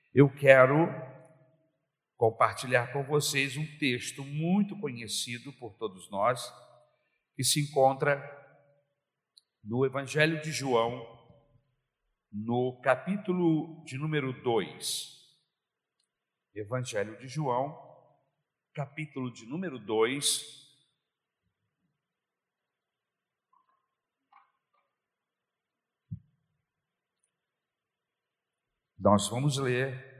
Eu quero compartilhar com vocês um texto muito conhecido por todos nós, que se encontra no Evangelho de João, no capítulo de número 2. Evangelho de João, capítulo de número 2. Nós vamos ler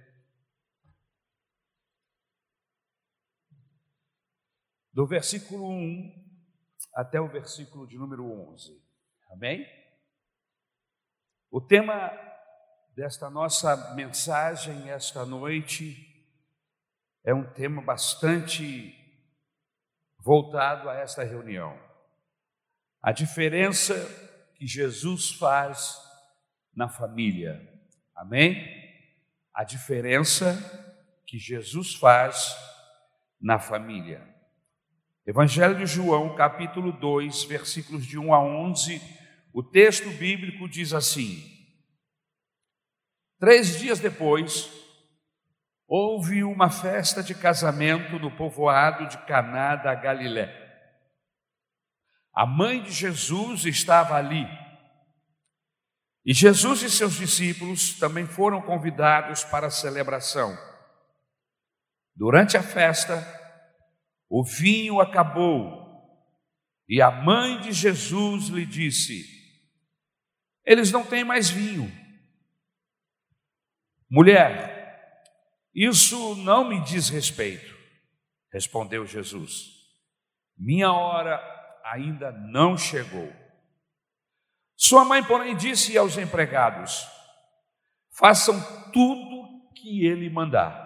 do versículo 1 até o versículo de número 11. Amém? O tema desta nossa mensagem esta noite é um tema bastante voltado a esta reunião. A diferença que Jesus faz na família. Amém? A diferença que Jesus faz na família. Evangelho de João, capítulo 2, versículos de 1 a 11, o texto bíblico diz assim: 3 dias depois, houve uma festa de casamento no povoado de Caná da Galiléia. A mãe de Jesus estava ali. E Jesus e seus discípulos também foram convidados para a celebração. Durante a festa, o vinho acabou e a mãe de Jesus lhe disse: eles não têm mais vinho. Mulher, isso não me diz respeito, respondeu Jesus. Minha hora ainda não chegou. Sua mãe, porém, disse aos empregados: façam tudo que ele mandar.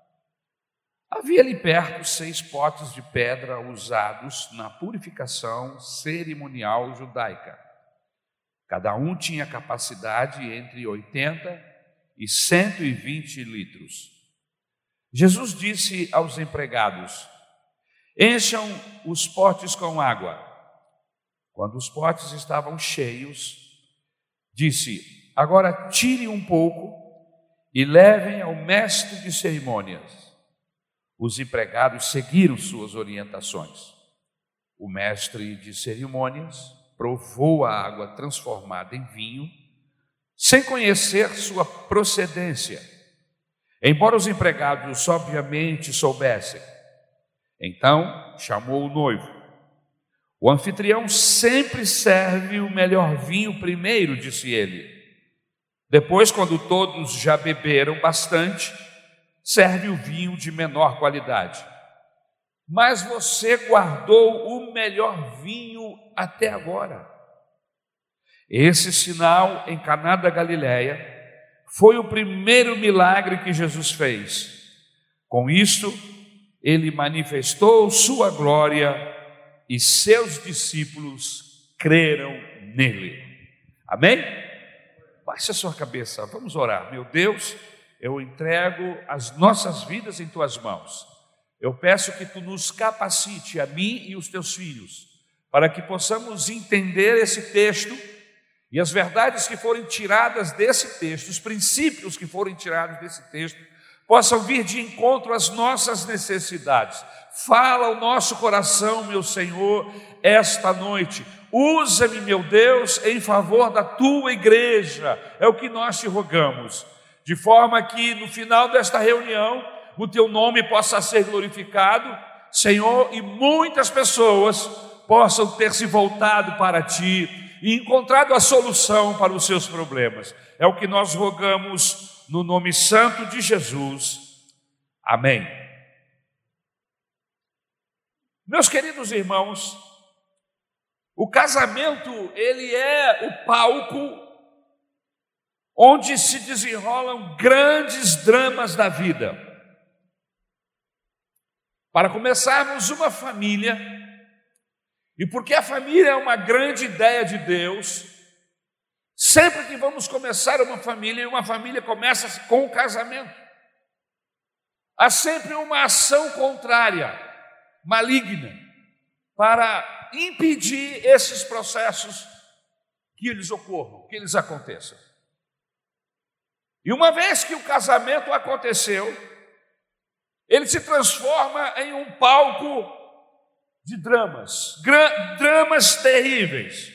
Havia ali perto 6 potes de pedra usados na purificação cerimonial judaica. Cada um tinha capacidade entre 80 e 120 litros. Jesus disse aos empregados: encham os potes com água. Quando os potes estavam cheios, disse: agora tire um pouco e levem ao mestre de cerimônias. Os empregados seguiram suas orientações. O mestre de cerimônias provou a água transformada em vinho, sem conhecer sua procedência, embora os empregados obviamente soubessem. Então chamou o noivo. O anfitrião sempre serve o melhor vinho primeiro, disse ele. Depois, quando todos já beberam bastante, serve o vinho de menor qualidade. Mas você guardou o melhor vinho até agora. Esse sinal em Caná da Galiléia foi o primeiro milagre que Jesus fez. Com isto, ele manifestou sua glória e seus discípulos creram nele. Amém? Baixe a sua cabeça, vamos orar. Meu Deus, eu entrego as nossas vidas em tuas mãos. Eu peço que tu nos capacite, a mim e os teus filhos, para que possamos entender esse texto e as verdades que forem tiradas desse texto, os princípios que forem tirados desse texto, possam vir de encontro às nossas necessidades. Fala ao nosso coração, meu Senhor, esta noite. Usa-me, meu Deus, em favor da tua igreja. É o que nós te rogamos. De forma que no final desta reunião, o teu nome possa ser glorificado, Senhor, e muitas pessoas possam ter se voltado para ti e encontrado a solução para os seus problemas. É o que nós rogamos no nome santo de Jesus. Amém. Meus queridos irmãos, o casamento, ele é o palco onde se desenrolam grandes dramas da vida. Para começarmos uma família, e porque a família é uma grande ideia de Deus, sempre que vamos começar uma família, e uma família começa com o casamento, há sempre uma ação contrária, maligna, para impedir esses processos que eles ocorram, que eles aconteçam. E uma vez que o casamento aconteceu, ele se transforma em um palco de dramas, dramas terríveis.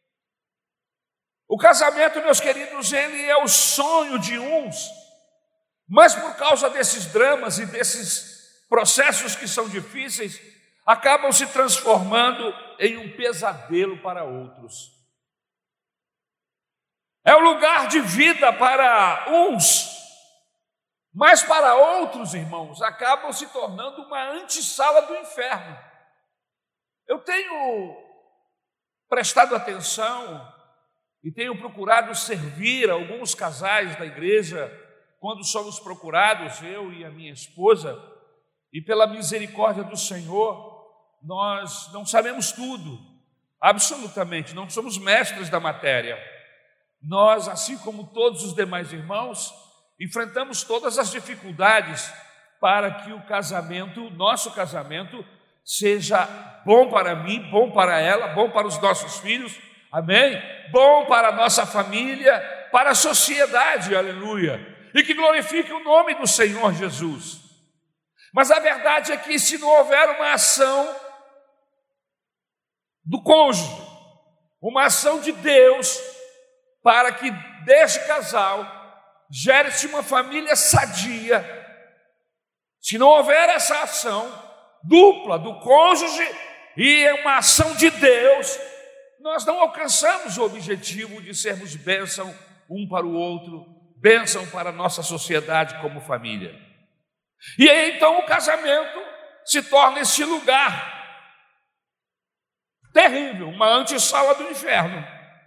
O casamento, meus queridos, ele é o sonho de uns, mas por causa desses dramas e desses processos que são difíceis, acabam se transformando em um pesadelo para outros. É um lugar de vida para uns, mas para outros, irmãos, acabam se tornando uma antessala do inferno. Eu tenho prestado atenção e tenho procurado servir alguns casais da igreja quando somos procurados, eu e a minha esposa, e pela misericórdia do Senhor, nós não sabemos tudo, absolutamente, não somos mestres da matéria. Nós, assim como todos os demais irmãos, enfrentamos todas as dificuldades para que o casamento, o nosso casamento, seja bom para mim, bom para ela, bom para os nossos filhos, amém? Bom para a nossa família, para a sociedade, aleluia, e que glorifique o nome do Senhor Jesus. Mas a verdade é que se não houver uma ação do cônjuge, uma ação de Deus, para que deste casal gere-se uma família sadia, se não houver essa ação dupla do cônjuge e uma ação de Deus, nós não alcançamos o objetivo de sermos bênção um para o outro, bênção para a nossa sociedade como família. E aí então o casamento se torna esse lugar terrível, uma antessala do inferno.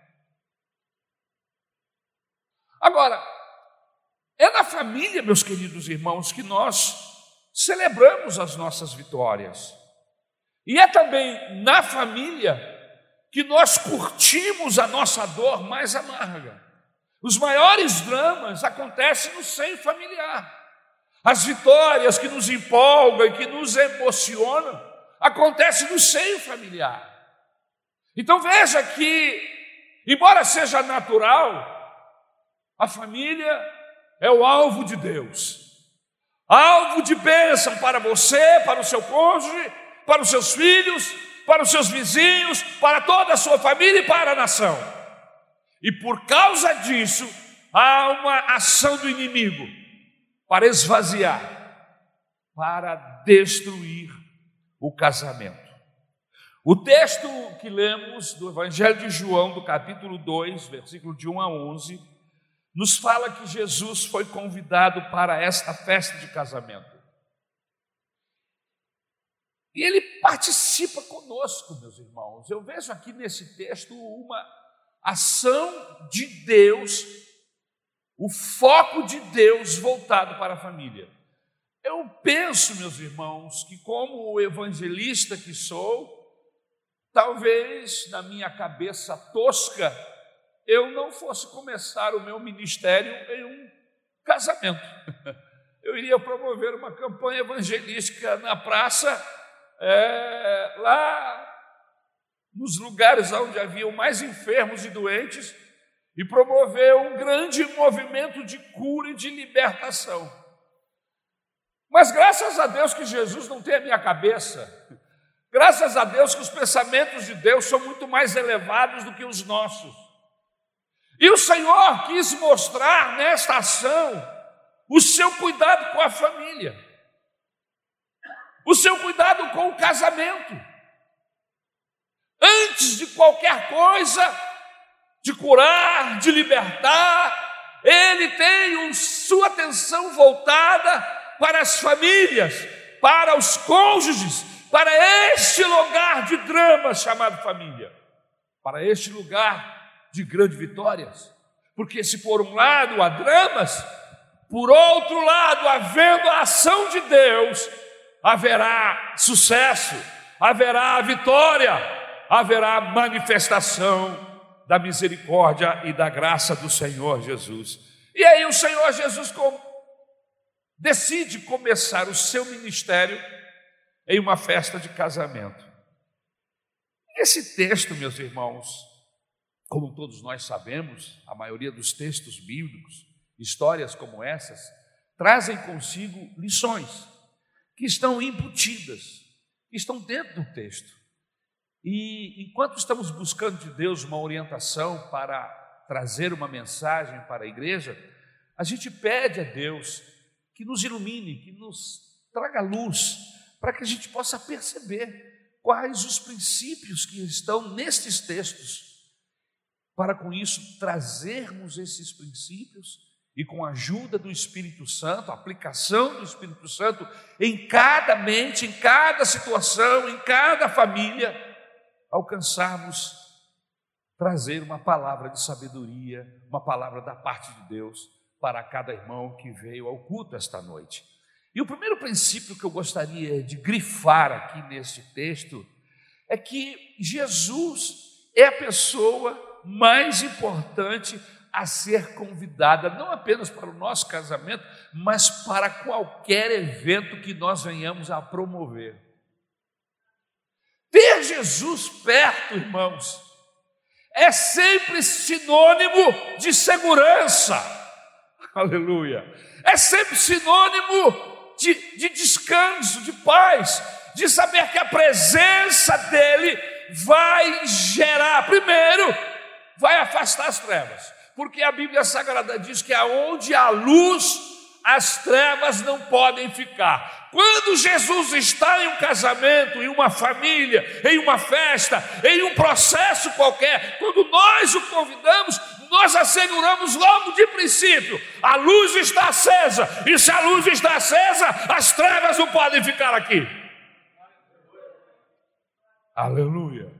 Agora, é na família, meus queridos irmãos, que nós celebramos as nossas vitórias. E é também na família que nós curtimos a nossa dor mais amarga. Os maiores dramas acontecem no seio familiar. As vitórias que nos empolgam e que nos emocionam acontecem no seio familiar. Então veja que, embora seja natural, a família é o alvo de Deus. Alvo de bênção para você, para o seu cônjuge, para os seus filhos, para os seus vizinhos, para toda a sua família e para a nação. E por causa disso, há uma ação do inimigo para esvaziar, para destruir o casamento. O texto que lemos do Evangelho de João, do capítulo 2, versículo de 1 a 11, nos fala que Jesus foi convidado para esta festa de casamento. E ele participa conosco, meus irmãos. Eu vejo aqui nesse texto uma ação de Deus, o foco de Deus voltado para a família. Eu penso, meus irmãos, que como evangelista que sou, talvez na minha cabeça tosca, eu não fosse começar o meu ministério em um casamento. Eu iria promover uma campanha evangelística na praça, lá nos lugares onde haviam mais enfermos e doentes, e promover um grande movimento de cura e de libertação. Mas graças a Deus que Jesus não tem a minha cabeça, graças a Deus que os pensamentos de Deus são muito mais elevados do que os nossos. E o Senhor quis mostrar nesta ação o seu cuidado com a família, o seu cuidado com o casamento. Antes de qualquer coisa, de curar, de libertar, Ele tem sua atenção voltada para as famílias, para os cônjuges, para este lugar de drama chamado família, para este lugar de grandes vitórias. Porque se por um lado há dramas, por outro lado, havendo a ação de Deus, haverá sucesso, haverá vitória, haverá manifestação da misericórdia e da graça do Senhor Jesus. E aí o Senhor Jesus decide começar o seu ministério em uma festa de casamento. Esse texto, meus irmãos, como todos nós sabemos, a maioria dos textos bíblicos Histórias como essas trazem consigo lições que estão embutidas, que estão dentro do texto. E enquanto estamos buscando de Deus uma orientação para trazer uma mensagem para a igreja, a gente pede a Deus que nos ilumine, que nos traga luz, para que a gente possa perceber quais os princípios que estão nestes textos, para com isso trazermos esses princípios e com a ajuda do Espírito Santo, a aplicação do Espírito Santo em cada mente, em cada situação, em cada família, alcançarmos trazer uma palavra de sabedoria, uma palavra da parte de Deus para cada irmão que veio ao culto esta noite. E o primeiro princípio que eu gostaria de grifar aqui neste texto é que Jesus é a pessoa mais importante a ser convidada, não apenas para o nosso casamento, mas para qualquer evento que nós venhamos a promover. Ter Jesus perto, irmãos, é sempre sinônimo de segurança. Aleluia! É sempre sinônimo de descanso, de paz, de saber que a presença dele vai gerar, primeiro, vai afastar as trevas, porque a Bíblia Sagrada diz que aonde há luz, as trevas não podem ficar. Quando Jesus está em um casamento, em uma família, em uma festa, em um processo qualquer, quando nós o convidamos, nós asseguramos logo de princípio, a luz está acesa, e se a luz está acesa, as trevas não podem ficar aqui. Aleluia!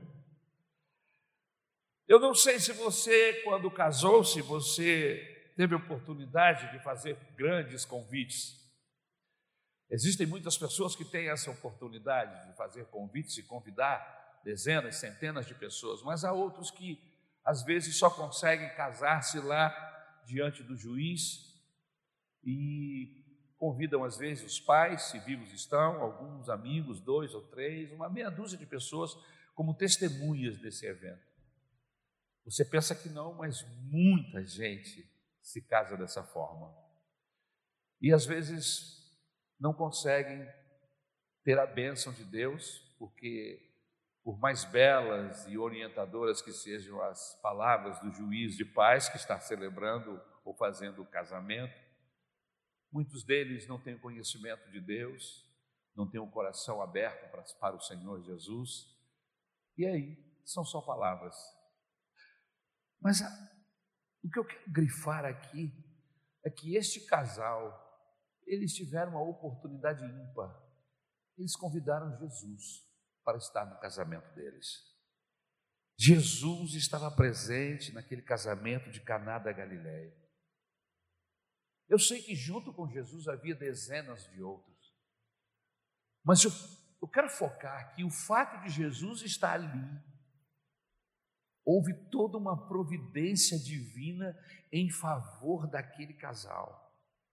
Eu não sei se você, quando casou-se, você teve a oportunidade de fazer grandes convites. Existem muitas pessoas que têm essa oportunidade de fazer convites e convidar dezenas, centenas de pessoas, mas há outros que às vezes só conseguem casar-se lá diante do juiz e convidam às vezes os pais, se vivos estão, alguns amigos, 2 ou 3, uma meia dúzia de pessoas como testemunhas desse evento. Você pensa que não, mas muita gente se casa dessa forma. E às vezes não conseguem ter a bênção de Deus, porque por mais belas e orientadoras que sejam as palavras do juiz de paz que está celebrando ou fazendo o casamento, muitos deles não têm conhecimento de Deus, não têm o coração aberto para o Senhor Jesus, e aí são só palavras. Mas o que eu quero grifar aqui é que este casal, eles tiveram uma oportunidade ímpar. Eles convidaram Jesus para estar no casamento deles. Jesus estava presente naquele casamento de Caná da Galileia. Eu sei que junto com Jesus havia dezenas de outros, mas eu quero focar aqui o fato de Jesus estar ali. Houve toda uma providência divina em favor daquele casal.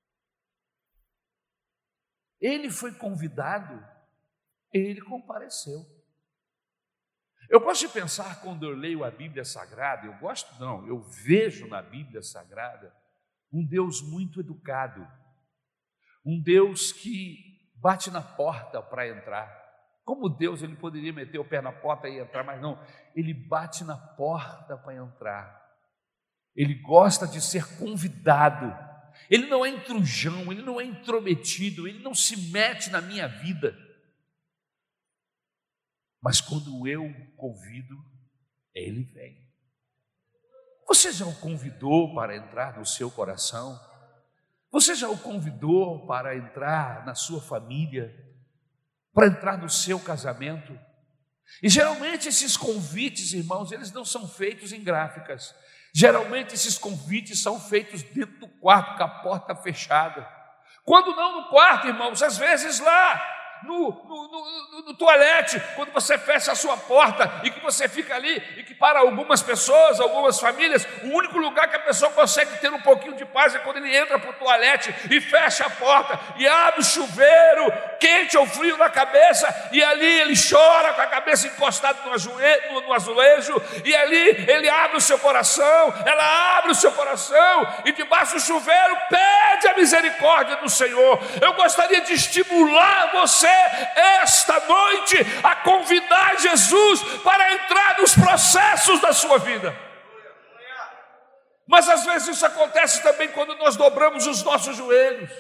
Ele foi convidado, ele compareceu. Eu gosto de pensar quando eu leio a Bíblia Sagrada, eu vejo na Bíblia Sagrada um Deus muito educado, um Deus que bate na porta para entrar. Como Deus, ele poderia meter o pé na porta e entrar, mas não, ele bate na porta para entrar. Ele gosta de ser convidado. Ele não é intrujão, ele não é intrometido, ele não se mete na minha vida. Mas quando eu o convido, ele vem. Você já o convidou para entrar no seu coração? Você já o convidou para entrar na sua família? Para entrar no seu casamento? E geralmente esses convites, irmãos, eles não são feitos em gráficas. Geralmente esses convites são feitos dentro do quarto, com a porta fechada. Quando não no quarto, irmãos, às vezes lá no toalete, quando você fecha a sua porta e que você fica ali, e que para algumas pessoas, algumas famílias, o único lugar que a pessoa consegue ter um pouquinho de paz é quando ele entra para o toalete e fecha a porta e abre o chuveiro, quente ou frio na cabeça, e ali ele chora com a cabeça encostada no azulejo, e ali ele abre o seu coração, ela abre o seu coração, e debaixo do chuveiro pede a misericórdia do Senhor. Eu gostaria de estimular você esta noite a convidar Jesus para entrar nos processos da sua vida. Mas às vezes isso acontece também quando nós dobramos os nossos joelhos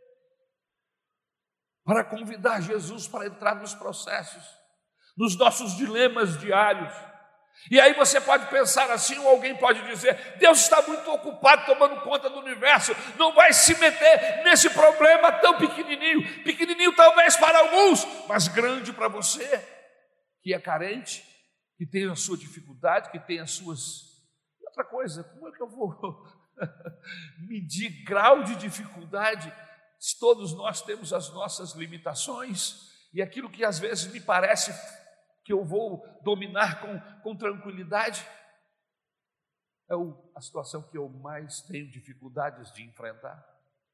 para convidar Jesus para entrar nos processos, nos nossos dilemas diários. E aí você pode pensar assim, ou alguém pode dizer: Deus está muito ocupado tomando conta do universo, não vai se meter nesse problema tão pequenininho, pequenininho talvez para alguns, mas grande para você, que é carente, que tem a sua dificuldade, que tem as suas... Outra coisa, como é que eu vou medir grau de dificuldade se todos nós temos as nossas limitações, e aquilo que às vezes me parece que eu vou dominar com tranquilidade, é a situação que eu mais tenho dificuldades de enfrentar.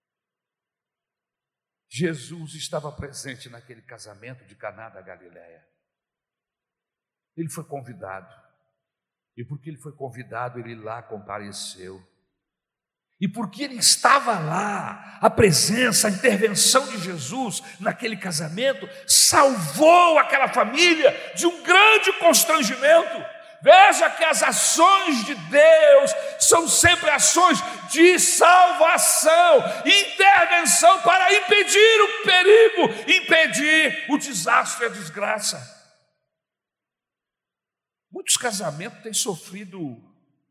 Jesus estava presente naquele casamento de Caná da Galileia. Ele foi convidado, e porque ele foi convidado, ele lá compareceu. E porque ele estava lá, a presença, a intervenção de Jesus naquele casamento salvou aquela família de um grande constrangimento. Veja que as ações de Deus são sempre ações de salvação, intervenção para impedir o perigo, impedir o desastre e a desgraça. Muitos casamentos têm sofrido,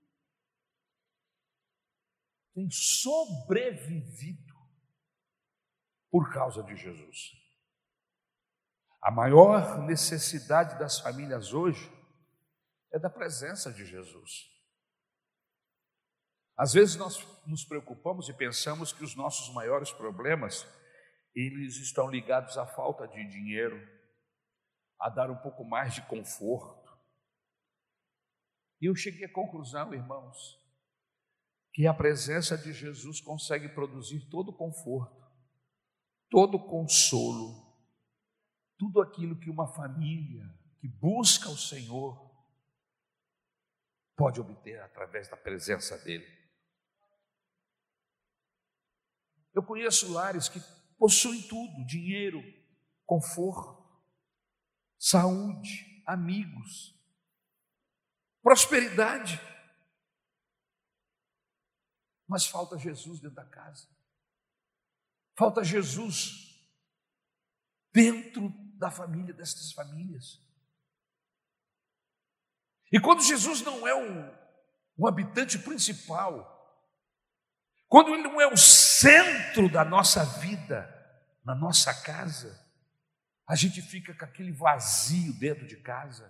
têm sobrevivido por causa de Jesus. A maior necessidade das famílias hoje é da presença de Jesus. Às vezes nós nos preocupamos e pensamos que os nossos maiores problemas, eles estão ligados à falta de dinheiro, a dar um pouco mais de conforto. E eu cheguei à conclusão, irmãos, que a presença de Jesus consegue produzir todo conforto, todo consolo, tudo aquilo que uma família que busca o Senhor pode obter através da presença dEle. Eu conheço lares que possuem tudo: dinheiro, conforto, saúde, amigos, prosperidade, mas falta Jesus dentro da casa, falta Jesus dentro da família, destas famílias. E quando Jesus não é o habitante principal, quando Ele não é o centro da nossa vida, na nossa casa, a gente fica com aquele vazio dentro de casa.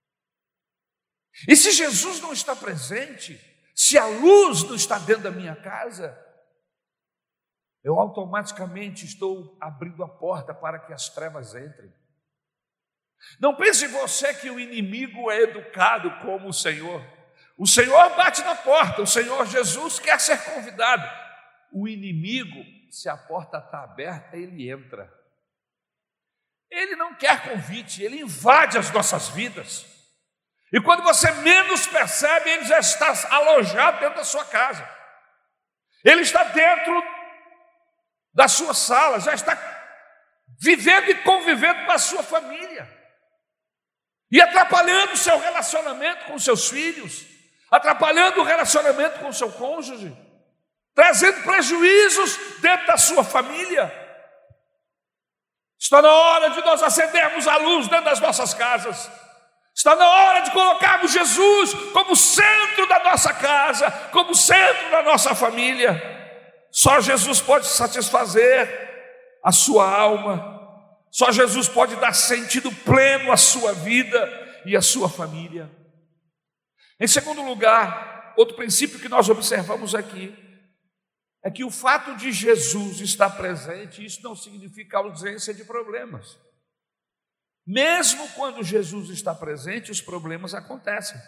E se Jesus não está presente, se a luz não está dentro da minha casa, eu automaticamente estou abrindo a porta para que as trevas entrem. Não pense você que o inimigo é educado como o Senhor. O Senhor bate na porta, o Senhor Jesus quer ser convidado. O inimigo, se a porta está aberta, ele entra. Ele não quer convite, ele invade as nossas vidas. E quando você menos percebe, ele já está alojado dentro da sua casa. Ele está dentro da sua sala, já está vivendo e convivendo com a sua família. E atrapalhando o seu relacionamento com seus filhos, atrapalhando o relacionamento com o seu cônjuge, trazendo prejuízos dentro da sua família. Está na hora de nós acendermos a luz dentro das nossas casas. Está na hora de colocarmos Jesus como centro da nossa casa, como centro da nossa família. Só Jesus pode satisfazer a sua alma. Só Jesus pode dar sentido pleno à sua vida e à sua família. Em segundo lugar, outro princípio que nós observamos aqui é que o fato de Jesus estar presente, isso não significa ausência de problemas. Mesmo quando Jesus está presente, os problemas acontecem.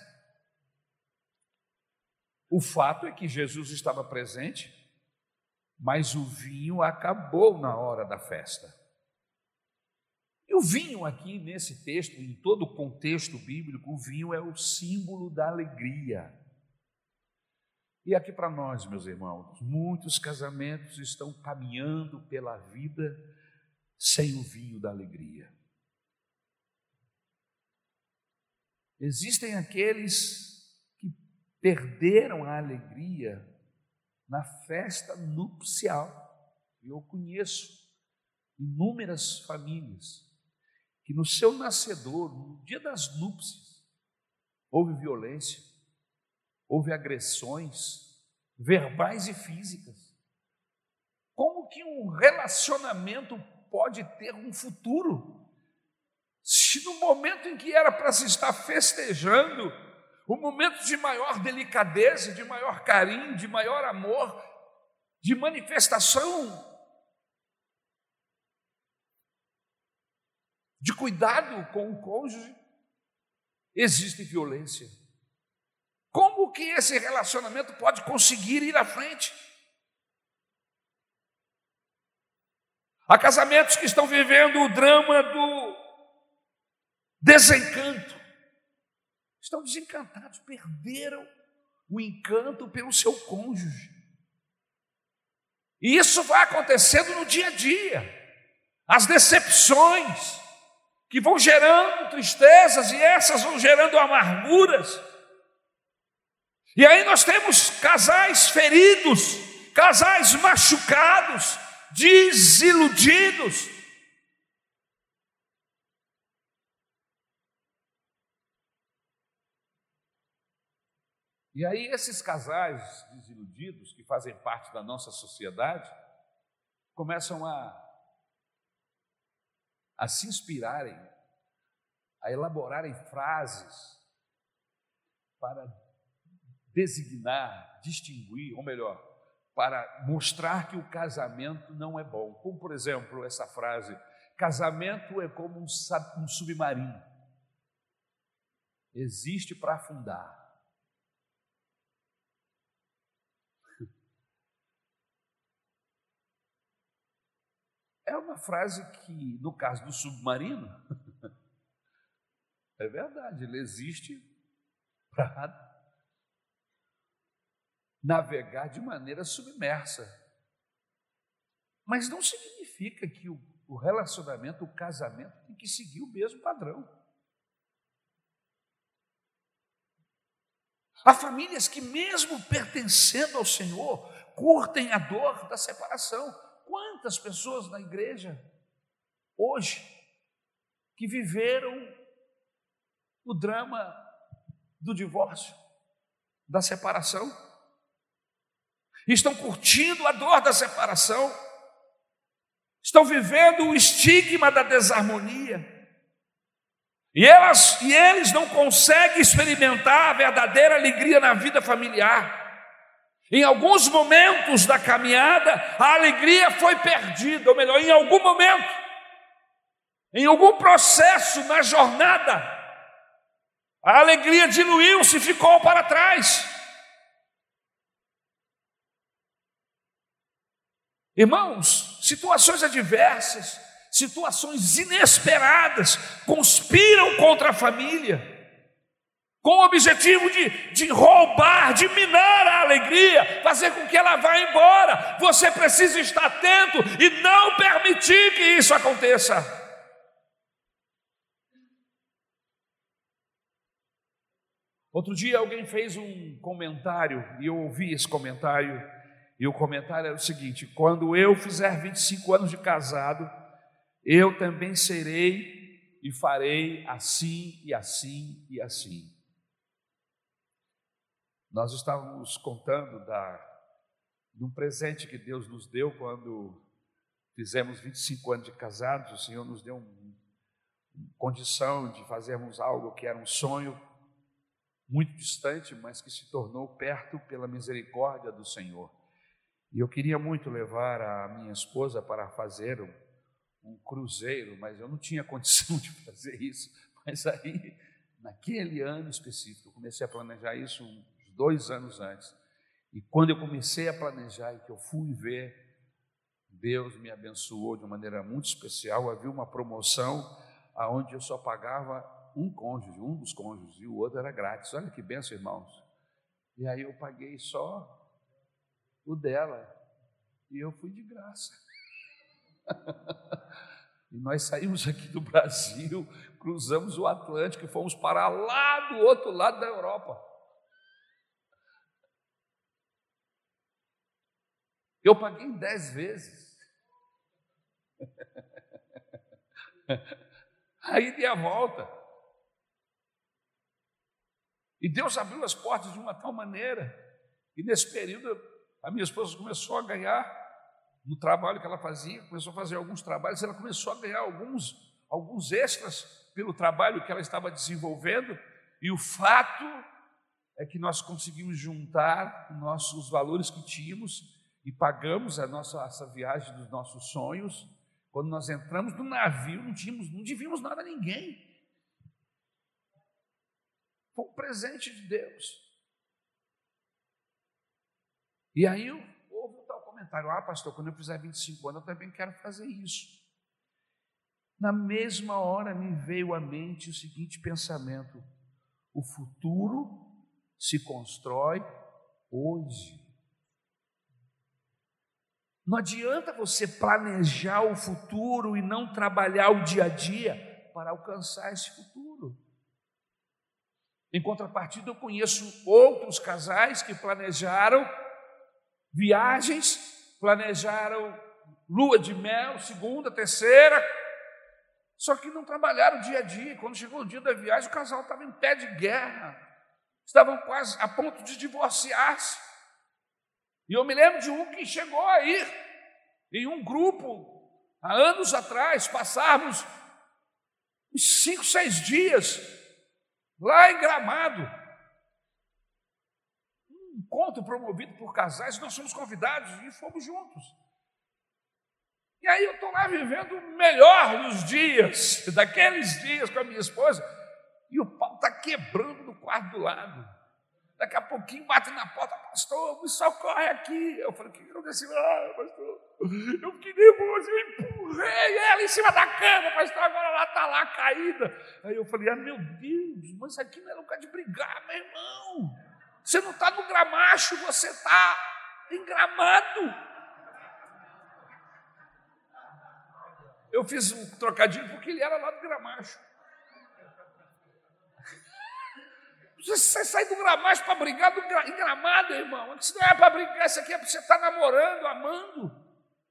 O fato é que Jesus estava presente, mas o vinho acabou na hora da festa. E o vinho aqui, nesse texto, em todo o contexto bíblico, o vinho é o símbolo da alegria. E aqui para nós, meus irmãos, muitos casamentos estão caminhando pela vida sem o vinho da alegria. Existem aqueles que perderam a alegria na festa nupcial. Eu conheço inúmeras famílias que no seu nascedor, no dia das núpcias, houve violência, houve agressões verbais e físicas. Como que um relacionamento pode ter um futuro se no momento em que era para se estar festejando, o momento de maior delicadeza, de maior carinho, de maior amor, de manifestação de cuidado com o cônjuge, existe violência? Como que esse relacionamento pode conseguir ir à frente? Há casamentos que estão vivendo o drama do desencanto. Estão desencantados, perderam o encanto pelo seu cônjuge. E isso vai acontecendo no dia a dia. As decepções que vão gerando tristezas e essas vão gerando amarguras. E aí nós temos casais feridos, casais machucados, desiludidos. E aí esses casais desiludidos, que fazem parte da nossa sociedade, começam a se inspirarem, a elaborarem frases para designar, distinguir, ou melhor, para mostrar que o casamento não é bom. Como, por exemplo, essa frase: casamento é como um submarino, existe para afundar. É uma frase que, no caso do submarino, é verdade, ele existe para navegar de maneira submersa. Mas não significa que o relacionamento, o casamento, tem que seguir o mesmo padrão. Há famílias que, mesmo pertencendo ao Senhor, curtem a dor da separação. Quantas pessoas na igreja hoje que viveram o drama do divórcio, da separação, estão curtindo a dor da separação, estão vivendo o estigma da desarmonia, e eles não conseguem experimentar a verdadeira alegria na vida familiar. Em alguns momentos da caminhada, a alegria foi perdida, ou melhor, em algum momento, em algum processo na jornada, a alegria diluiu-se, ficou para trás. Irmãos, situações adversas, situações inesperadas conspiram contra a família, com o objetivo de roubar, de minar a alegria, fazer com que ela vá embora. Você precisa estar atento e não permitir que isso aconteça. Outro dia alguém fez um comentário, e eu ouvi esse comentário, e o comentário era o seguinte: quando eu fizer 25 anos de casado, eu também serei e farei assim e assim e assim. Nós estávamos contando de um presente que Deus nos deu quando fizemos 25 anos de casados. O Senhor nos deu condição de fazermos algo que era um sonho muito distante, mas que se tornou perto pela misericórdia do Senhor. E eu queria muito levar a minha esposa para fazer um cruzeiro, mas eu não tinha condição de fazer isso. Mas aí, naquele ano específico, eu comecei a planejar isso 2 anos antes, e quando eu comecei a planejar e que eu fui ver, Deus me abençoou de uma maneira muito especial. Havia uma promoção onde eu só pagava um dos cônjuges, e o outro era grátis. Olha que bênção, irmãos. E aí eu paguei só o dela, e eu fui de graça. E nós saímos aqui do Brasil, cruzamos o Atlântico e fomos parar lá do outro lado da Europa. Eu paguei 10 vezes. Aí dei a volta. E Deus abriu as portas de uma tal maneira que nesse período a minha esposa começou a ganhar no trabalho que ela fazia, começou a fazer alguns trabalhos, ela começou a ganhar alguns extras pelo trabalho que ela estava desenvolvendo, e o fato é que nós conseguimos juntar os valores que tínhamos e pagamos essa viagem dos nossos sonhos. Quando nós entramos no navio, não devíamos nada a ninguém. Foi um presente de Deus. E aí houve um tal comentário: pastor, quando eu fizer 25 anos, eu também quero fazer isso. Na mesma hora me veio à mente o seguinte pensamento: o futuro se constrói hoje. Não adianta você planejar o futuro e não trabalhar o dia a dia para alcançar esse futuro. Em contrapartida, eu conheço outros casais que planejaram viagens, planejaram lua de mel, segunda, terceira, só que não trabalharam o dia a dia. Quando chegou o dia da viagem, o casal estava em pé de guerra, estavam quase a ponto de divorciar-se. E eu me lembro de um que chegou a ir em um grupo, há anos atrás, passarmos uns 5, 6 dias lá em Gramado, um encontro promovido por casais. Nós fomos convidados e fomos juntos. E aí eu estou lá vivendo o melhor dos dias, daqueles dias com a minha esposa, e o pau está quebrando no quarto do lado. Daqui a pouquinho bate na porta: pastor, me socorre aqui. Eu falei: o que aconteceu? Pastor, eu fiquei nervoso, eu empurrei ela em cima da cama, pastor, agora ela está lá caída. Aí eu falei: meu Deus, mas aqui não é lugar de brigar, meu irmão. Você não está no Gramacho, você está em Gramado. Eu fiz um trocadilho porque ele era lá do Gramacho. Você sai do Gramacho para brigar em Gramado, irmão. Isso não é para brigar, isso aqui é para você estar namorando, amando.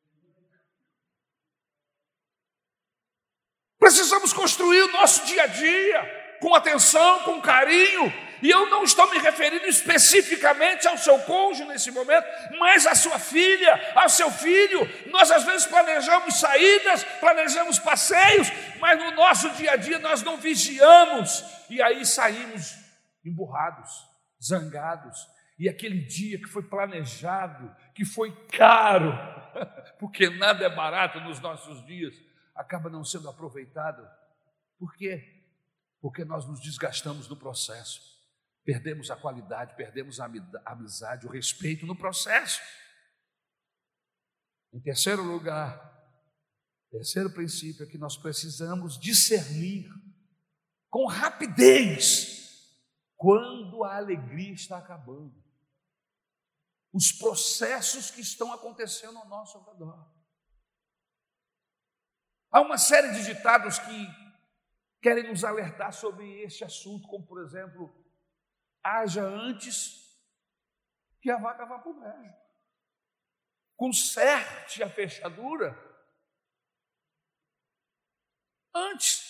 Precisamos construir o nosso dia a dia com atenção, com carinho. E eu não estou me referindo especificamente ao seu cônjuge nesse momento, mas à sua filha, ao seu filho. Nós às vezes planejamos saídas, planejamos passeios, mas no nosso dia a dia nós não vigiamos. E aí saímos emburrados, zangados, e aquele dia que foi planejado, que foi caro, porque nada é barato nos nossos dias, acaba não sendo aproveitado. Por quê? Porque nós nos desgastamos no processo, perdemos a qualidade, perdemos a amizade, o respeito no processo. Em terceiro lugar, terceiro princípio é que nós precisamos discernir com rapidez quando a alegria está acabando, os processos que estão acontecendo ao nosso redor. Há uma série de ditados que querem nos alertar sobre este assunto, como por exemplo: haja antes que a vaca vá para o brejo, conserte a fechadura antes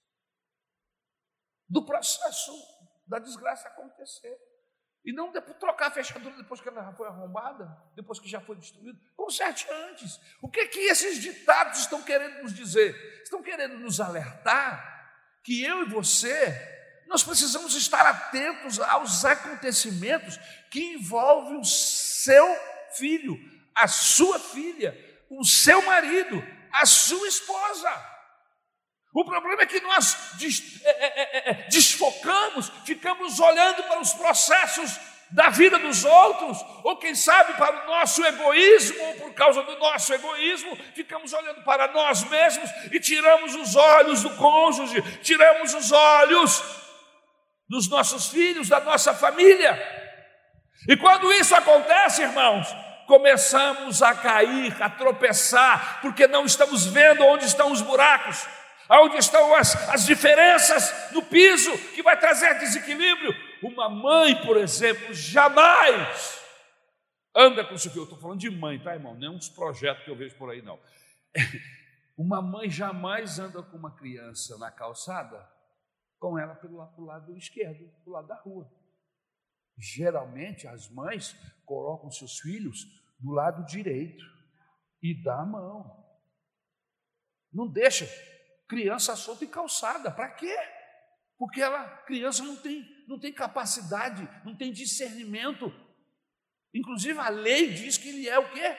do processo da desgraça acontecer. E não trocar a fechadura depois que ela já foi arrombada, depois que já foi destruída. Conserte antes. O que esses ditados estão querendo nos dizer? Estão querendo nos alertar que eu e você, nós precisamos estar atentos aos acontecimentos que envolvem o seu filho, a sua filha, o seu marido, a sua esposa. O problema é que nós desfocamos, ficamos olhando para os processos da vida dos outros, ou quem sabe para o nosso egoísmo, ou por causa do nosso egoísmo, ficamos olhando para nós mesmos e tiramos os olhos do cônjuge, tiramos os olhos dos nossos filhos, da nossa família. E quando isso acontece, irmãos, começamos a cair, a tropeçar, porque não estamos vendo onde estão os buracos, onde estão as diferenças no piso, que vai trazer desequilíbrio. Uma mãe, por exemplo, jamais anda com o seu filho. Eu estou falando de mãe, tá, irmão? Não é uns projetos que eu vejo por aí, não. Uma mãe jamais anda com uma criança na calçada, com ela pelo lado esquerdo, do lado da rua. Geralmente, as mães colocam seus filhos do lado direito e dá a mão. Não deixa criança solta em calçada. Para quê? Porque criança não tem capacidade, não tem discernimento. Inclusive a lei diz que ele é o quê?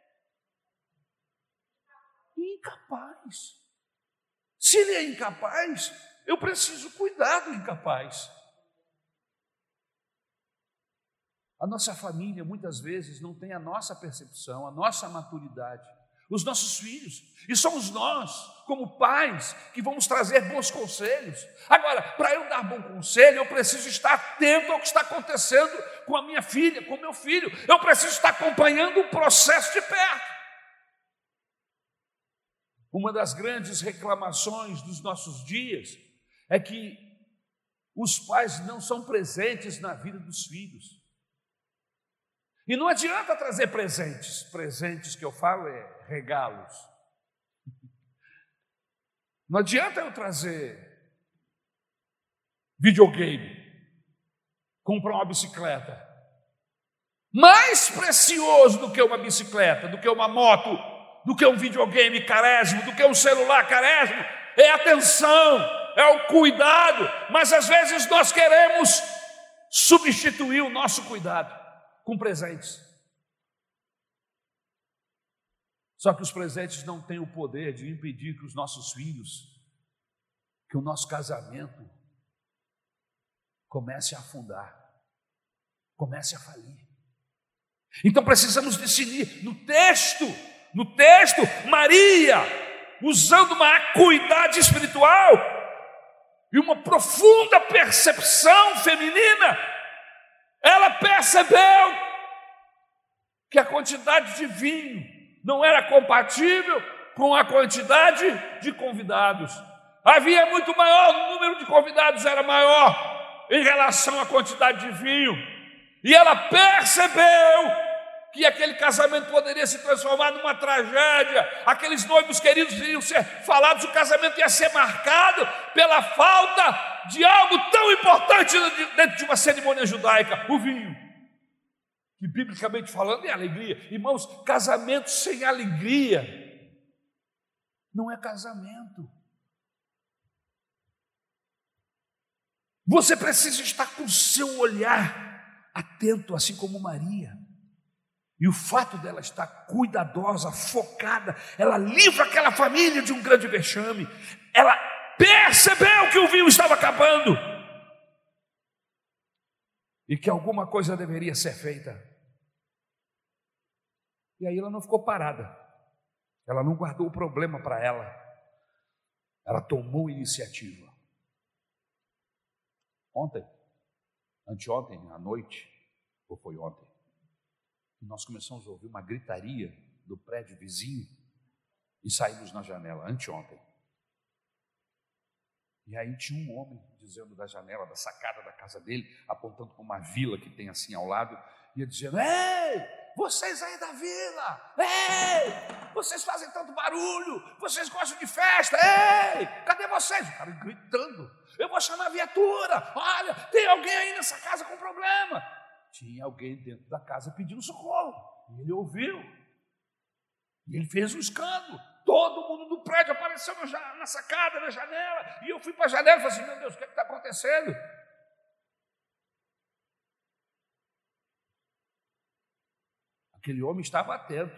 Incapaz. Se ele é incapaz, eu preciso cuidar do incapaz. A nossa família muitas vezes não tem a nossa percepção, a nossa maturidade, os nossos filhos, e somos nós, como pais, que vamos trazer bons conselhos. Agora, para eu dar bom conselho, eu preciso estar atento ao que está acontecendo com a minha filha, com o meu filho, eu preciso estar acompanhando o processo de perto. Uma das grandes reclamações dos nossos dias é que os pais não são presentes na vida dos filhos. E não adianta trazer presentes que eu falo é regalos. Não adianta eu trazer videogame, comprar uma bicicleta. Mais precioso do que uma bicicleta, do que uma moto, do que um videogame carésimo, do que um celular carésimo, é a atenção, é o cuidado. Mas às vezes nós queremos substituir o nosso cuidado com presentes. Só que os presentes não têm o poder de impedir que os nossos filhos, que o nosso casamento comece a afundar, comece a falir. Então precisamos decidir no texto, Maria, usando uma acuidade espiritual e uma profunda percepção feminina, ela percebeu que a quantidade de vinho não era compatível com a quantidade de convidados. Havia muito maior, o número de convidados era maior em relação à quantidade de vinho. E ela percebeu que aquele casamento poderia se transformar numa tragédia, aqueles noivos queridos iriam ser falados, o casamento ia ser marcado pela falta de algo tão importante dentro de uma cerimônia judaica, o vinho. Que biblicamente falando é alegria. Irmãos, casamento sem alegria não é casamento. Você precisa estar com o seu olhar atento, assim como Maria. E o fato dela estar cuidadosa, focada, ela livra aquela família de um grande vexame. Ela percebeu que o vinho estava acabando e que alguma coisa deveria ser feita. E aí ela não ficou parada, ela não guardou o problema para ela tomou iniciativa. Anteontem à noite, ou foi ontem, nós começamos a ouvir uma gritaria do prédio vizinho e saímos na janela, anteontem. E aí tinha um homem dizendo da janela, da sacada da casa dele, apontando para uma vila que tem assim ao lado, ia dizendo: ei, vocês aí da vila, ei, vocês fazem tanto barulho, vocês gostam de festa, ei, cadê vocês? O cara gritando: eu vou chamar a viatura, olha, tem alguém aí nessa casa com problema. Tinha alguém dentro da casa pedindo socorro, e ele ouviu, e ele fez um escândalo. Todo mundo do prédio apareceu na sacada, na janela, e eu fui para a janela e falei assim: meu Deus, o que está acontecendo? Aquele homem estava atento.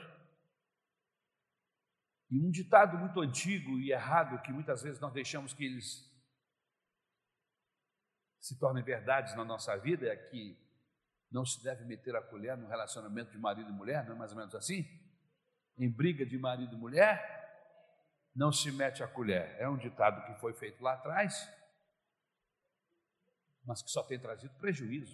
E um ditado muito antigo e errado, que muitas vezes nós deixamos que eles se tornem verdades na nossa vida, é que não se deve meter a colher no relacionamento de marido e mulher, não é mais ou menos assim? Em briga de marido e mulher, não se mete a colher. É um ditado que foi feito lá atrás, mas que só tem trazido prejuízo.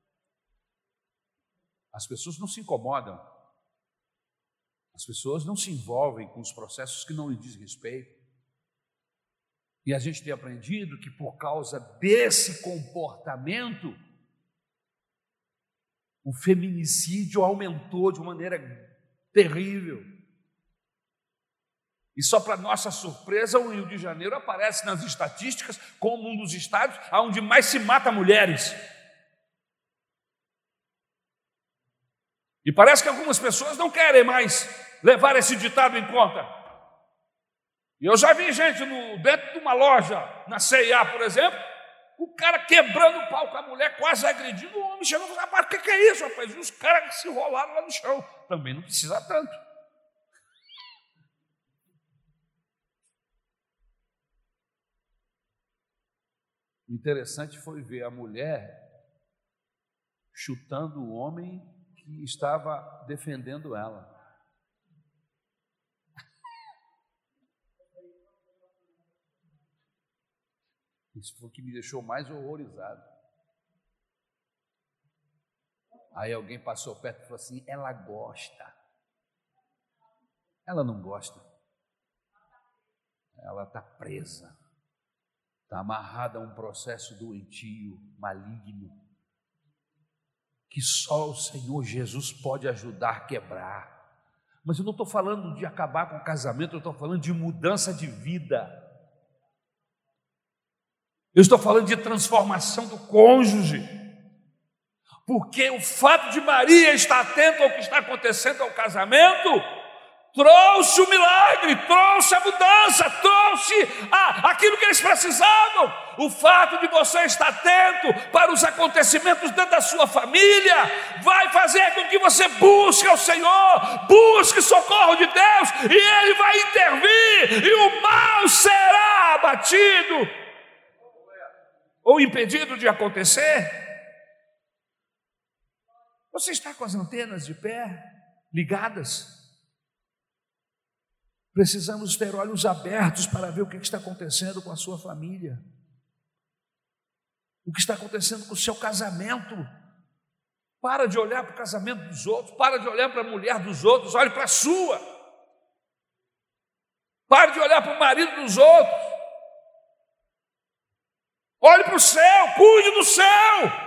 As pessoas não se incomodam, as pessoas não se envolvem com os processos que não lhe dizem respeito. E a gente tem aprendido que por causa desse comportamento, o feminicídio aumentou de uma maneira terrível. E só para nossa surpresa, o Rio de Janeiro aparece nas estatísticas como um dos estados onde mais se mata mulheres. E parece que algumas pessoas não querem mais levar esse ditado em conta. E eu já vi gente dentro de uma loja, na C&A, por exemplo, o cara quebrando o pau com a mulher, quase agredindo, o homem chegou e falou: rapaz, o que é isso, rapaz? E os caras se rolaram lá no chão. Também não precisa tanto. O interessante foi ver a mulher chutando o homem que estava defendendo ela. Isso foi o que me deixou mais horrorizado. Aí alguém passou perto e falou assim: ela gosta. Ela não gosta. Ela está presa. Está amarrada a um processo doentio, maligno, que só o Senhor Jesus pode ajudar a quebrar. Mas eu não estou falando de acabar com o casamento, eu estou falando de mudança de vida. Eu estou falando de transformação do cônjuge, porque o fato de Maria estar atenta ao que está acontecendo ao casamento trouxe o milagre, trouxe a mudança, trouxe aquilo que eles precisavam. O fato de você estar atento para os acontecimentos dentro da sua família vai fazer com que você busque o Senhor, busque socorro de Deus, e Ele vai intervir, e o mal será abatido ou impedido de acontecer. Você está com as antenas de pé, ligadas? Precisamos ter olhos abertos para ver o que está acontecendo com a sua família, o que está acontecendo com o seu casamento. Para de olhar para o casamento dos outros, para de olhar para a mulher dos outros, olhe para a sua. Pare de olhar para o marido dos outros. Olhe para o céu, cuide do céu.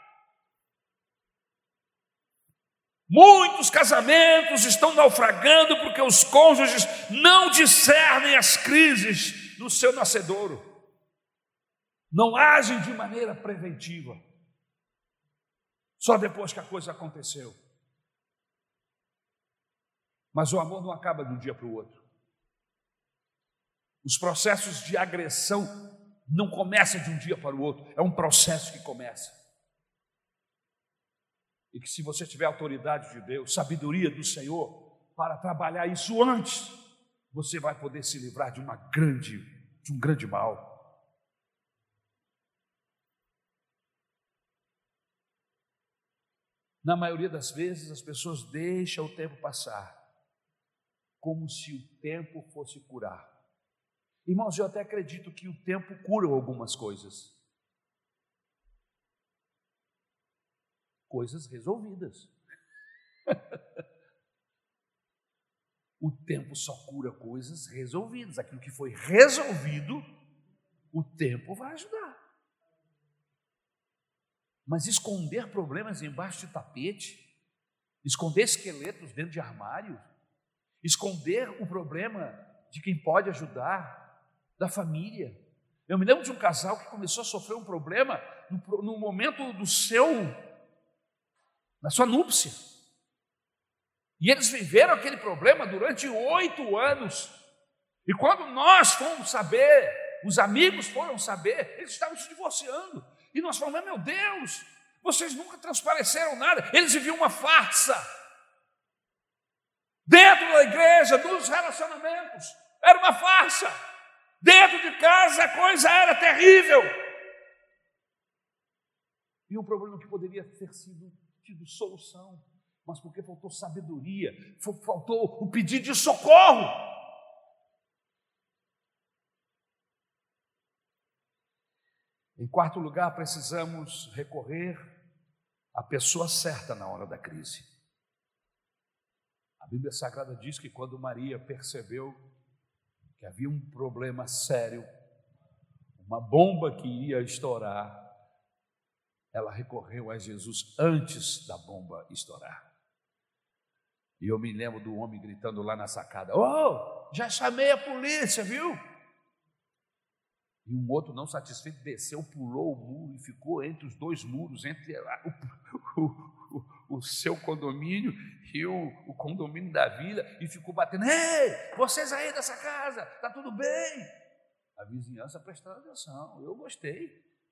Muitos casamentos estão naufragando porque os cônjuges não discernem as crises no seu nascedouro, não agem de maneira preventiva, só depois que a coisa aconteceu. Mas o amor não acaba de um dia para o outro. Os processos de agressão não começam de um dia para o outro, é um processo que começa. E que se você tiver autoridade de Deus, sabedoria do Senhor, para trabalhar isso antes, você vai poder se livrar de um grande mal. Na maioria das vezes, as pessoas deixam o tempo passar, como se o tempo fosse curar. Irmãos, eu até acredito que o tempo cura algumas coisas. Coisas resolvidas. O tempo só cura coisas resolvidas. Aquilo que foi resolvido, o tempo vai ajudar. Mas esconder problemas embaixo de tapete, esconder esqueletos dentro de armário, esconder o problema de quem pode ajudar, da família. Eu me lembro de um casal que começou a sofrer um problema no momento da sua núpcia. E eles viveram aquele problema durante 8 anos. E quando nós fomos saber, os amigos foram saber, eles estavam se divorciando. E nós falamos: meu Deus, vocês nunca transpareceram nada. Eles viviam uma farsa. Dentro da igreja, dos relacionamentos, era uma farsa. Dentro de casa a coisa era terrível. E um problema que poderia ter sido tido solução, mas porque faltou sabedoria, faltou o pedido de socorro. Em quarto lugar, precisamos recorrer à pessoa certa na hora da crise. A Bíblia Sagrada diz que quando Maria percebeu que havia um problema sério, uma bomba que ia estourar, ela recorreu a Jesus antes da bomba estourar. E eu me lembro do homem gritando lá na sacada: "Oh, já chamei a polícia, viu?" E um outro, não satisfeito, desceu, pulou o muro e ficou entre os dois muros, entre o seu condomínio e o condomínio da vila, e ficou batendo: "Ei, vocês aí dessa casa, está tudo bem?" A vizinhança prestando atenção. Eu gostei.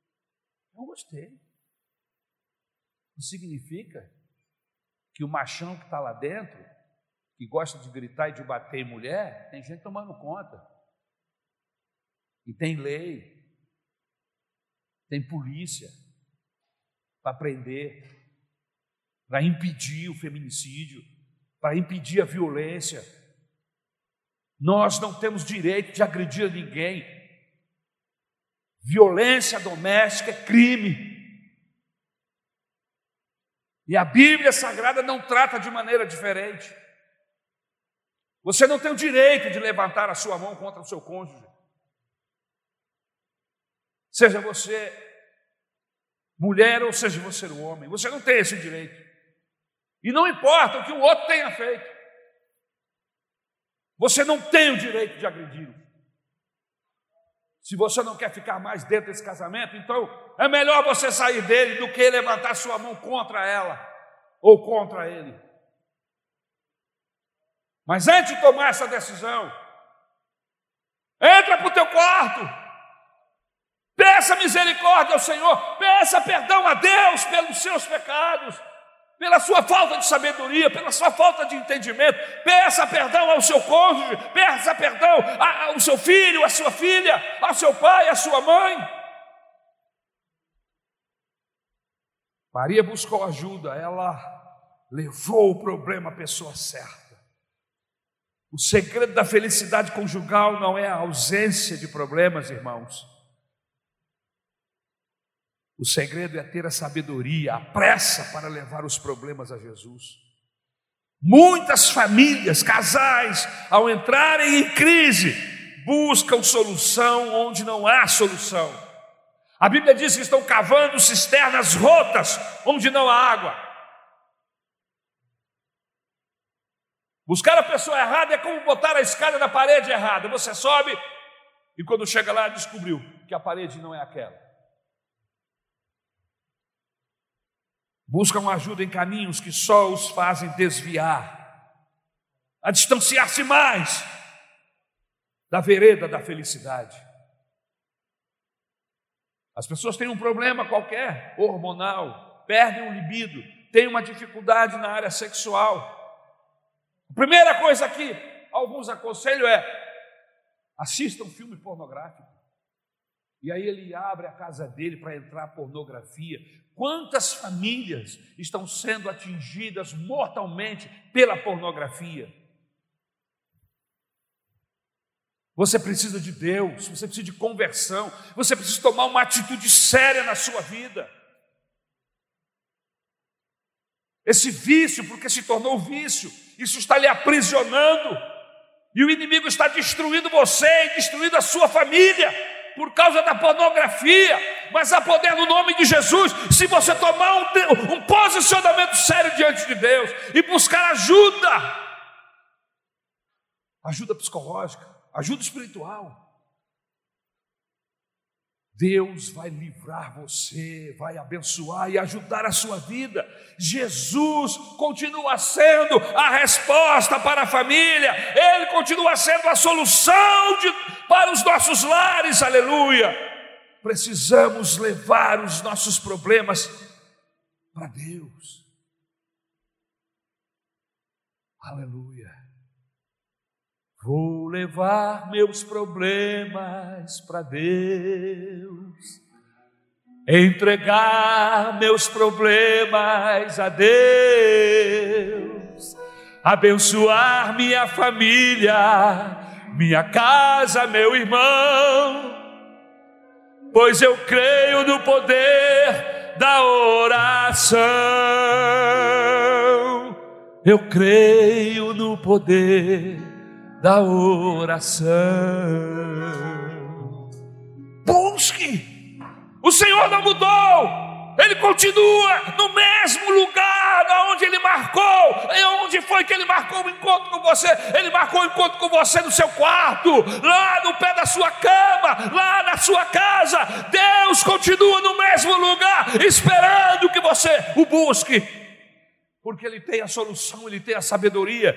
Isso significa que o machão que está lá dentro, que gosta de gritar e de bater em mulher, tem gente tomando conta. E tem lei, tem polícia para prender, para impedir o feminicídio, para impedir a violência. Nós não temos direito de agredir ninguém. Violência doméstica é crime. E a Bíblia Sagrada não trata de maneira diferente. Você não tem o direito de levantar a sua mão contra o seu cônjuge. Seja você mulher ou seja você homem, você não tem esse direito. E não importa o que o outro tenha feito, você não tem o direito de agredi-lo. Se você não quer ficar mais dentro desse casamento, então é melhor você sair dele do que levantar sua mão contra ela ou contra ele. Mas antes de tomar essa decisão, entra para o teu quarto, peça misericórdia ao Senhor, peça perdão a Deus pelos seus pecados, pela sua falta de sabedoria, pela sua falta de entendimento. Peça perdão ao seu cônjuge, peça perdão ao seu filho, à sua filha, ao seu pai, à sua mãe. Maria buscou ajuda, ela levou o problema à pessoa certa. O segredo da felicidade conjugal não é a ausência de problemas, irmãos. O segredo é ter a sabedoria, a pressa para levar os problemas a Jesus. Muitas famílias, casais, ao entrarem em crise, buscam solução onde não há solução. A Bíblia diz que estão cavando cisternas rotas onde não há água. Buscar a pessoa errada é como botar a escada na parede errada. Você sobe e quando chega lá descobriu que a parede não é aquela. Buscam ajuda em caminhos que só os fazem desviar, a distanciar-se mais da vereda da felicidade. As pessoas têm um problema qualquer, hormonal, perdem o libido, têm uma dificuldade na área sexual. A primeira coisa que alguns aconselham é: assista um filme pornográfico. E aí ele abre a casa dele para entrar pornografia. Quantas famílias estão sendo atingidas mortalmente pela pornografia? Você precisa de Deus, você precisa de conversão, você precisa tomar uma atitude séria na sua vida. Esse vício, porque se tornou vício, isso está lhe aprisionando, e o inimigo está destruindo você e destruindo a sua família por causa da pornografia. Mas há poder no nome de Jesus se você tomar um posicionamento sério diante de Deus e buscar ajuda psicológica, ajuda espiritual. Deus vai livrar você, vai abençoar e ajudar a sua vida. Jesus continua sendo a resposta para a família, Ele continua sendo a solução para os nossos lares, aleluia. Precisamos levar os nossos problemas para Deus, aleluia. Vou levar meus problemas para Deus, entregar meus problemas a Deus, abençoar minha família, minha casa, meu irmão, pois eu creio no poder da oração. Eu creio no poder da oração. Busque. O Senhor não mudou. Ele continua no mesmo lugar onde Ele marcou. E onde foi que Ele marcou o encontro com você? Ele marcou o encontro com você no seu quarto, lá no pé da sua cama, lá na sua casa. Deus continua no mesmo lugar, esperando que você o busque, porque Ele tem a solução, Ele tem a sabedoria.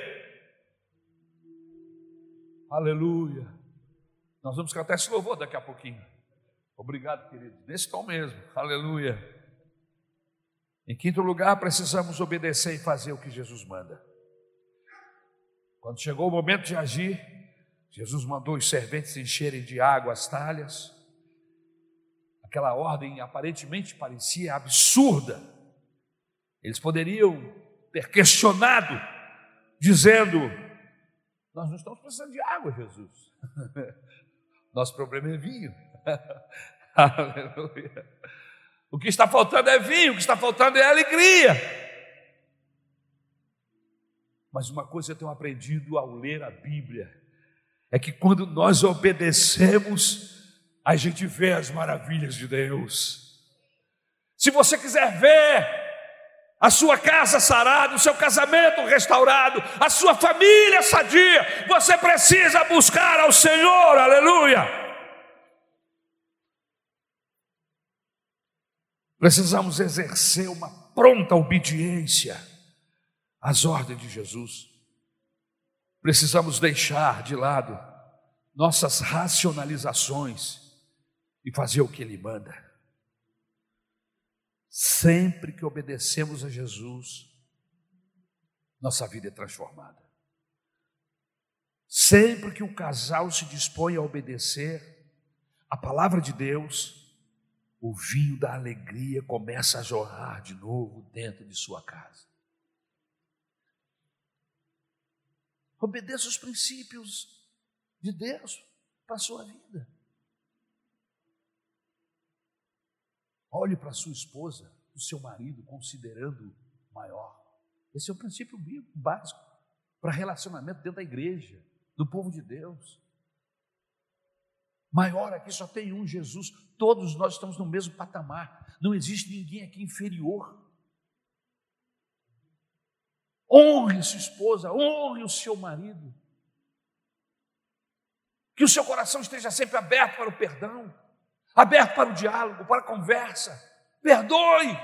Aleluia. Nós vamos cantar esse louvor daqui a pouquinho. Obrigado, querido. Nesse tom mesmo. Aleluia. Em quinto lugar, precisamos obedecer e fazer o que Jesus manda. Quando chegou o momento de agir, Jesus mandou os serventes encherem de água as talhas. Aquela ordem aparentemente parecia absurda. Eles poderiam ter questionado, dizendo: nós não estamos precisando de água, Jesus. Nosso problema é vinho. Aleluia. O que está faltando é vinho, o que está faltando é alegria. Mas uma coisa eu tenho aprendido ao ler a Bíblia, é que quando nós obedecemos, a gente vê as maravilhas de Deus. Se você quiser ver a sua casa sarada, o seu casamento restaurado, a sua família sadia, você precisa buscar ao Senhor. Aleluia. Precisamos exercer uma pronta obediência às ordens de Jesus. Precisamos deixar de lado nossas racionalizações e fazer o que Ele manda. Sempre que obedecemos a Jesus, nossa vida é transformada. Sempre que o casal se dispõe a obedecer a palavra de Deus, o vinho da alegria começa a jorrar de novo dentro de sua casa. Obedeça os princípios de Deus para a sua vida. Olhe para a sua esposa, o seu marido, considerando maior. Esse é o princípio bíblico básico para relacionamento dentro da igreja, do povo de Deus. Maior aqui só tem um, Jesus. Todos nós estamos no mesmo patamar. Não existe ninguém aqui inferior. Honre sua esposa, honre o seu marido. Que o seu coração esteja sempre aberto para o perdão, aberto para o diálogo, para a conversa. Perdoe.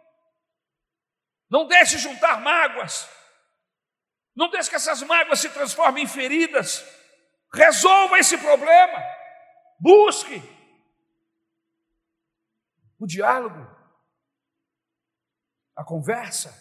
Não deixe juntar mágoas. Não deixe que essas mágoas se transformem em feridas. Resolva esse problema. Busque o diálogo, a conversa.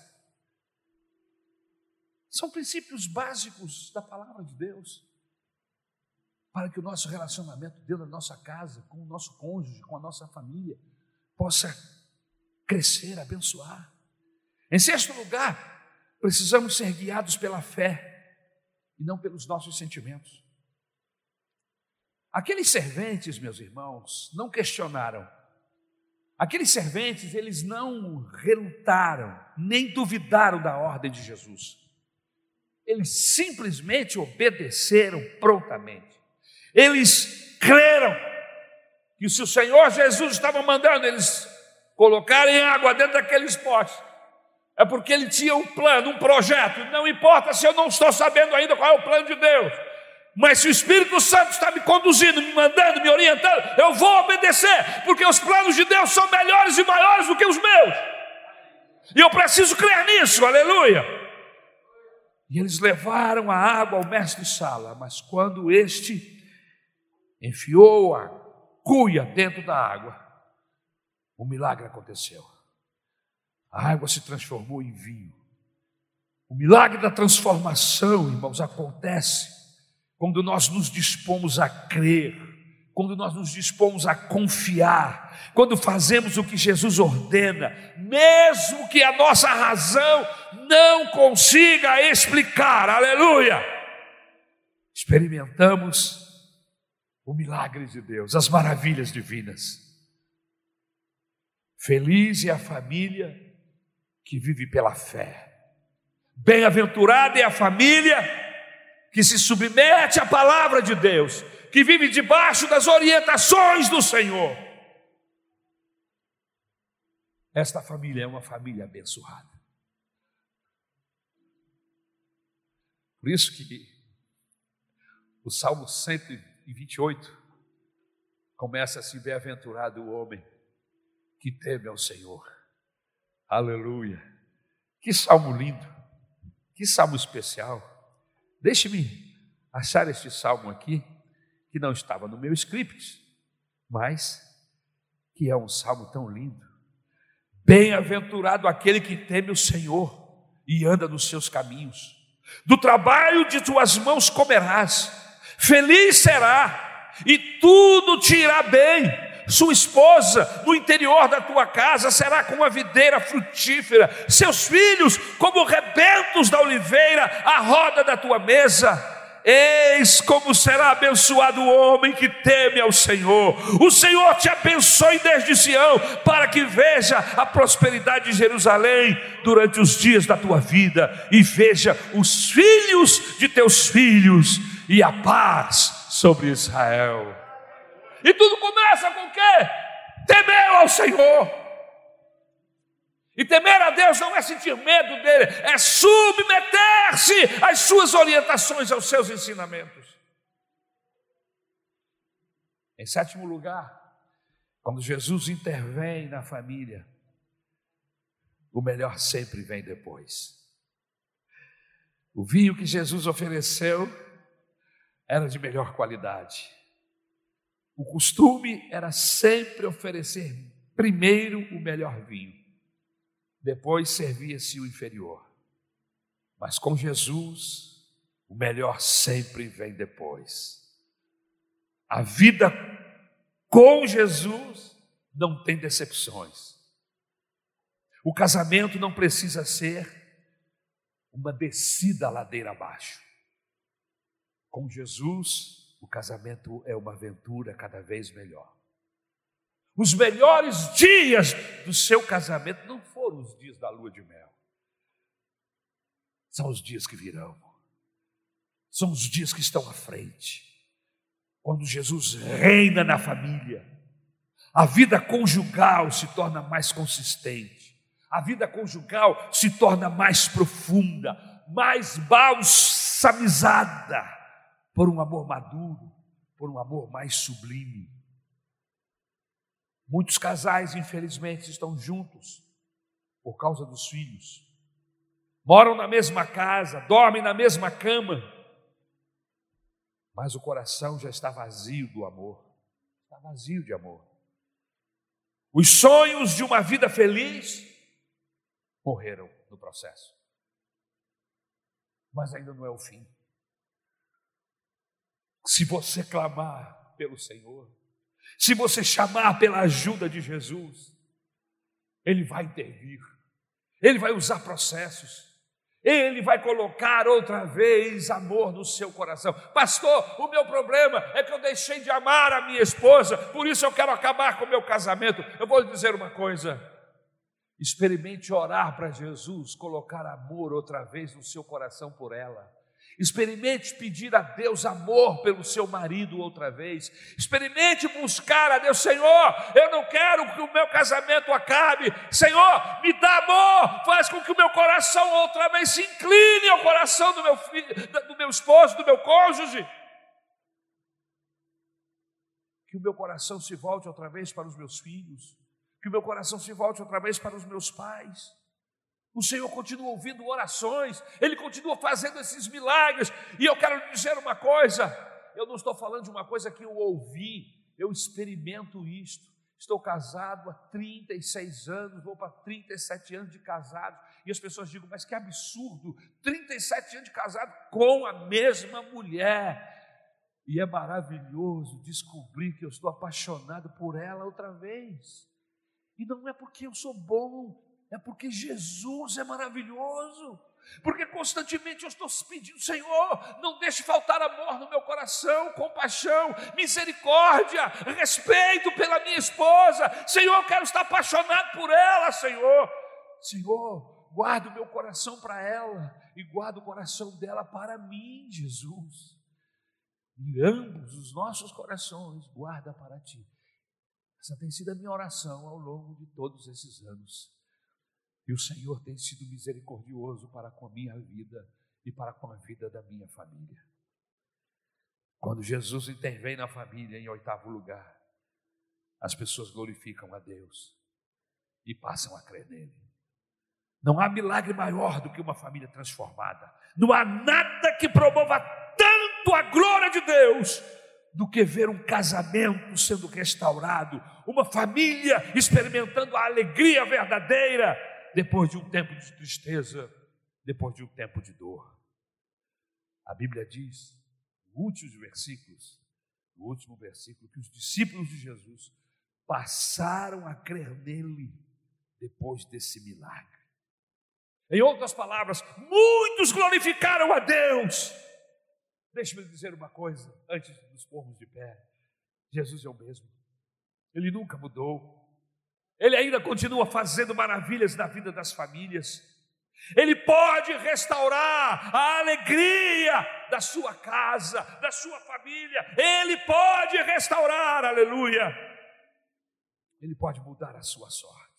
São princípios básicos da palavra de Deus para que o nosso relacionamento dentro da nossa casa, com o nosso cônjuge, com a nossa família, possa crescer, abençoar. Em sexto lugar, precisamos ser guiados pela fé e não pelos nossos sentimentos. Aqueles serventes, meus irmãos, não questionaram. Aqueles serventes, eles não relutaram, nem duvidaram da ordem de Jesus. Eles simplesmente obedeceram prontamente. Eles creram que se o Senhor Jesus estava mandando eles colocarem água dentro daqueles potes, é porque Ele tinha um plano, um projeto. Não importa se eu não estou sabendo ainda qual é o plano de Deus, mas se o Espírito Santo está me conduzindo, me mandando, me orientando, eu vou obedecer, porque os planos de Deus são melhores e maiores do que os meus, e eu preciso crer nisso. Aleluia. E eles levaram a água ao mestre-sala, mas quando este enfiou a cuia dentro da água, um milagre aconteceu. A água se transformou em vinho. O milagre da transformação, irmãos, acontece quando nós nos dispomos a crer quando nós nos dispomos a confiar, quando fazemos o que Jesus ordena, mesmo que a nossa razão não consiga explicar, aleluia, experimentamos o milagre de Deus, as maravilhas divinas. Feliz é a família que vive pela fé. Bem-aventurada é a família que se submete à palavra de Deus, que vive debaixo das orientações do Senhor. Esta família é uma família abençoada. Por isso que o Salmo 128 começa assim: bem-aventurado o homem que teme ao Senhor. Aleluia! Que salmo lindo, que salmo especial. Deixe-me achar este salmo aqui, que não estava no meu script, mas que é um salmo tão lindo. Bem-aventurado aquele que teme o Senhor e anda nos seus caminhos. Do trabalho de tuas mãos comerás, feliz será e tudo te irá bem. Sua esposa no interior da tua casa será como a videira frutífera, seus filhos como rebentos da oliveira à roda da tua mesa. Eis como será abençoado o homem que teme ao Senhor. O Senhor te abençoe desde Sião, para que veja a prosperidade de Jerusalém durante os dias da tua vida, e veja os filhos de teus filhos, e a paz sobre Israel. E tudo começa com o quê? Temer ao Senhor. E temer a Deus não é sentir medo dele, é submeter-se às suas orientações, aos seus ensinamentos. Em sétimo lugar, quando Jesus intervém na família, o melhor sempre vem depois. O vinho que Jesus ofereceu era de melhor qualidade. O costume era sempre oferecer primeiro o melhor vinho, depois servia-se o inferior. Mas com Jesus, o melhor sempre vem depois. A vida com Jesus não tem decepções. O casamento não precisa ser uma descida a ladeira abaixo. Com Jesus, o casamento é uma aventura cada vez melhor. Os melhores dias do seu casamento não foram os dias da lua de mel. São os dias que virão. São os dias que estão à frente. Quando Jesus reina na família, a vida conjugal se torna mais consistente. A vida conjugal se torna mais profunda, mais balsamizada por um amor maduro, por um amor mais sublime. Muitos casais, infelizmente, estão juntos por causa dos filhos. Moram na mesma casa, dormem na mesma cama, mas o coração já está vazio do amor, está vazio de amor. Os sonhos de uma vida feliz morreram no processo. Mas ainda não é o fim. Se você clamar pelo Senhor, se você chamar pela ajuda de Jesus, Ele vai intervir, Ele vai usar processos, Ele vai colocar outra vez amor no seu coração. Pastor, o meu problema é que eu deixei de amar a minha esposa, por isso eu quero acabar com o meu casamento. Eu vou lhe dizer uma coisa: experimente orar para Jesus colocar amor outra vez no seu coração por ela. Experimente pedir a Deus amor pelo seu marido outra vez. Experimente buscar a Deus: Senhor, eu não quero que o meu casamento acabe. Senhor, me dá amor, faz com que o meu coração outra vez se incline ao coração do meu filho, do meu esposo, do meu cônjuge. Que o meu coração se volte outra vez para os meus filhos. Que o meu coração se volte outra vez para os meus pais. O Senhor continua ouvindo orações, Ele continua fazendo esses milagres. E eu quero lhe dizer uma coisa: eu não estou falando de uma coisa que eu ouvi, eu experimento isto. Estou casado há 36 anos, vou para 37 anos de casado. E as pessoas dizem: mas que absurdo, 37 anos de casado com a mesma mulher. E é maravilhoso descobrir que eu estou apaixonado por ela outra vez. E não é porque eu sou bom, é porque Jesus é maravilhoso. Porque constantemente eu estou pedindo: Senhor, não deixe faltar amor no meu coração, compaixão, misericórdia, respeito pela minha esposa. Senhor, eu quero estar apaixonado por ela, Senhor. Senhor, guarda o meu coração para ela e guarda o coração dela para mim, Jesus. E ambos os nossos corações guarda para ti. Essa tem sido a minha oração ao longo de todos esses anos. E o Senhor tem sido misericordioso para com a minha vida e para com a vida da minha família. Quando Jesus intervém na família, em 8º lugar, as pessoas glorificam a Deus e passam a crer nele. Não há milagre maior do que uma família transformada. Não há nada que promova tanto a glória de Deus do que ver um casamento sendo restaurado, uma família experimentando a alegria verdadeira depois de um tempo de tristeza, depois de um tempo de dor. A Bíblia diz, no último versículo, que os discípulos de Jesus passaram a crer nele depois desse milagre. Em outras palavras, muitos glorificaram a Deus. Deixe-me dizer uma coisa, antes de nos pormos de pé. Jesus é o mesmo. Ele nunca mudou. Ele ainda continua fazendo maravilhas na vida das famílias. Ele pode restaurar a alegria da sua casa, da sua família. Ele pode restaurar, aleluia. Ele pode mudar a sua sorte.